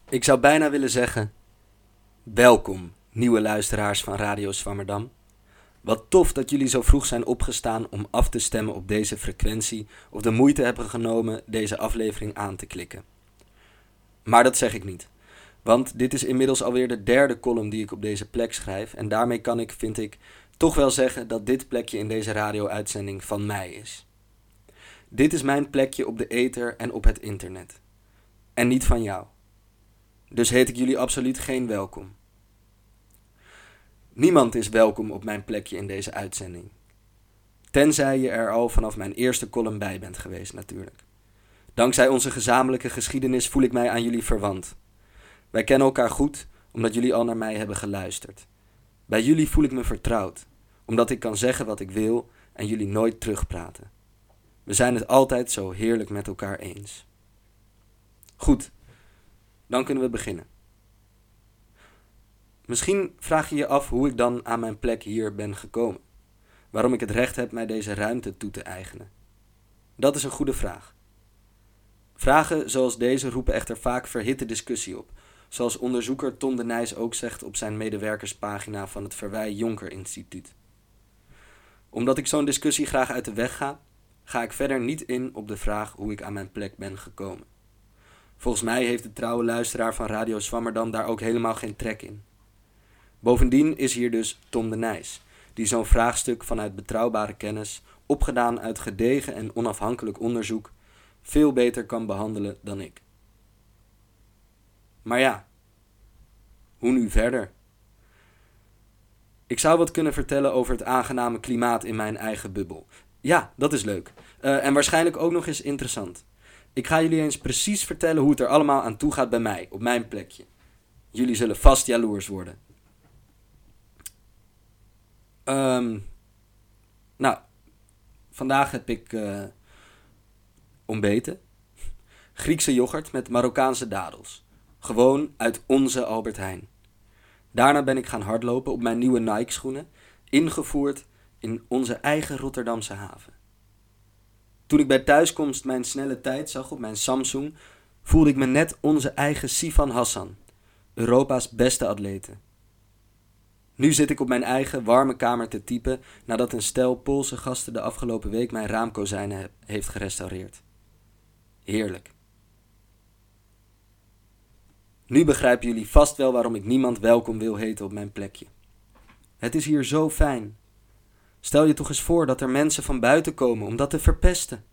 Ik zou bijna willen zeggen, welkom nieuwe luisteraars van Radio Zwammerdam. Wat tof dat jullie zo vroeg zijn opgestaan om af te stemmen op deze frequentie of de moeite hebben genomen deze aflevering aan te klikken. Maar dat zeg ik niet, want dit is inmiddels alweer de derde column die ik op deze plek schrijf en daarmee kan ik, vind ik, toch wel zeggen dat dit plekje in deze radio-uitzending van mij is. Dit is mijn plekje op de ether en op het internet. En niet van jou. Dus heet ik jullie absoluut geen welkom. Niemand is welkom op mijn plekje in deze uitzending. Tenzij je er al vanaf mijn eerste column bij bent geweest natuurlijk. Dankzij onze gezamenlijke geschiedenis voel ik mij aan jullie verwant. Wij kennen elkaar goed, omdat jullie al naar mij hebben geluisterd. Bij jullie voel ik me vertrouwd, omdat ik kan zeggen wat ik wil en jullie nooit terugpraten. We zijn het altijd zo heerlijk met elkaar eens. Goed, dan kunnen we beginnen. Misschien vraag je je af hoe ik dan aan mijn plek hier ben gekomen. Waarom ik het recht heb mij deze ruimte toe te eigenen. Dat is een goede vraag. Vragen zoals deze roepen echter vaak verhitte discussie op. Zoals onderzoeker Tom de Nijs ook zegt op zijn medewerkerspagina van het Verwij Jonker Instituut. Omdat ik zo'n discussie graag uit de weg ga, ga ik verder niet in op de vraag hoe ik aan mijn plek ben gekomen. Volgens mij heeft de trouwe luisteraar van Radio Zwammerdam daar ook helemaal geen trek in. Bovendien is hier dus Tom de Nijs, die zo'n vraagstuk vanuit betrouwbare kennis, opgedaan uit gedegen en onafhankelijk onderzoek, veel beter kan behandelen dan ik. Maar ja, hoe nu verder? Ik zou wat kunnen vertellen over het aangename klimaat in mijn eigen bubbel. Ja, dat is leuk. En waarschijnlijk ook nog eens interessant. Ik ga jullie eens precies vertellen hoe het er allemaal aan toe gaat bij mij, op mijn plekje. Jullie zullen vast jaloers worden. Vandaag heb ik ontbeten. Griekse yoghurt met Marokkaanse dadels. Gewoon uit onze Albert Heijn. Daarna ben ik gaan hardlopen op mijn nieuwe Nike schoenen, ingevoerd in onze eigen Rotterdamse haven. Toen ik bij thuiskomst mijn snelle tijd zag op mijn Samsung, voelde ik me net onze eigen Sifan Hassan, Europa's beste atlete. Nu zit ik op mijn eigen warme kamer te typen nadat een stel Poolse gasten de afgelopen week mijn raamkozijnen heeft gerestaureerd. Heerlijk. Nu begrijpen jullie vast wel waarom ik niemand welkom wil heten op mijn plekje. Het is hier zo fijn. Stel je toch eens voor dat er mensen van buiten komen om dat te verpesten.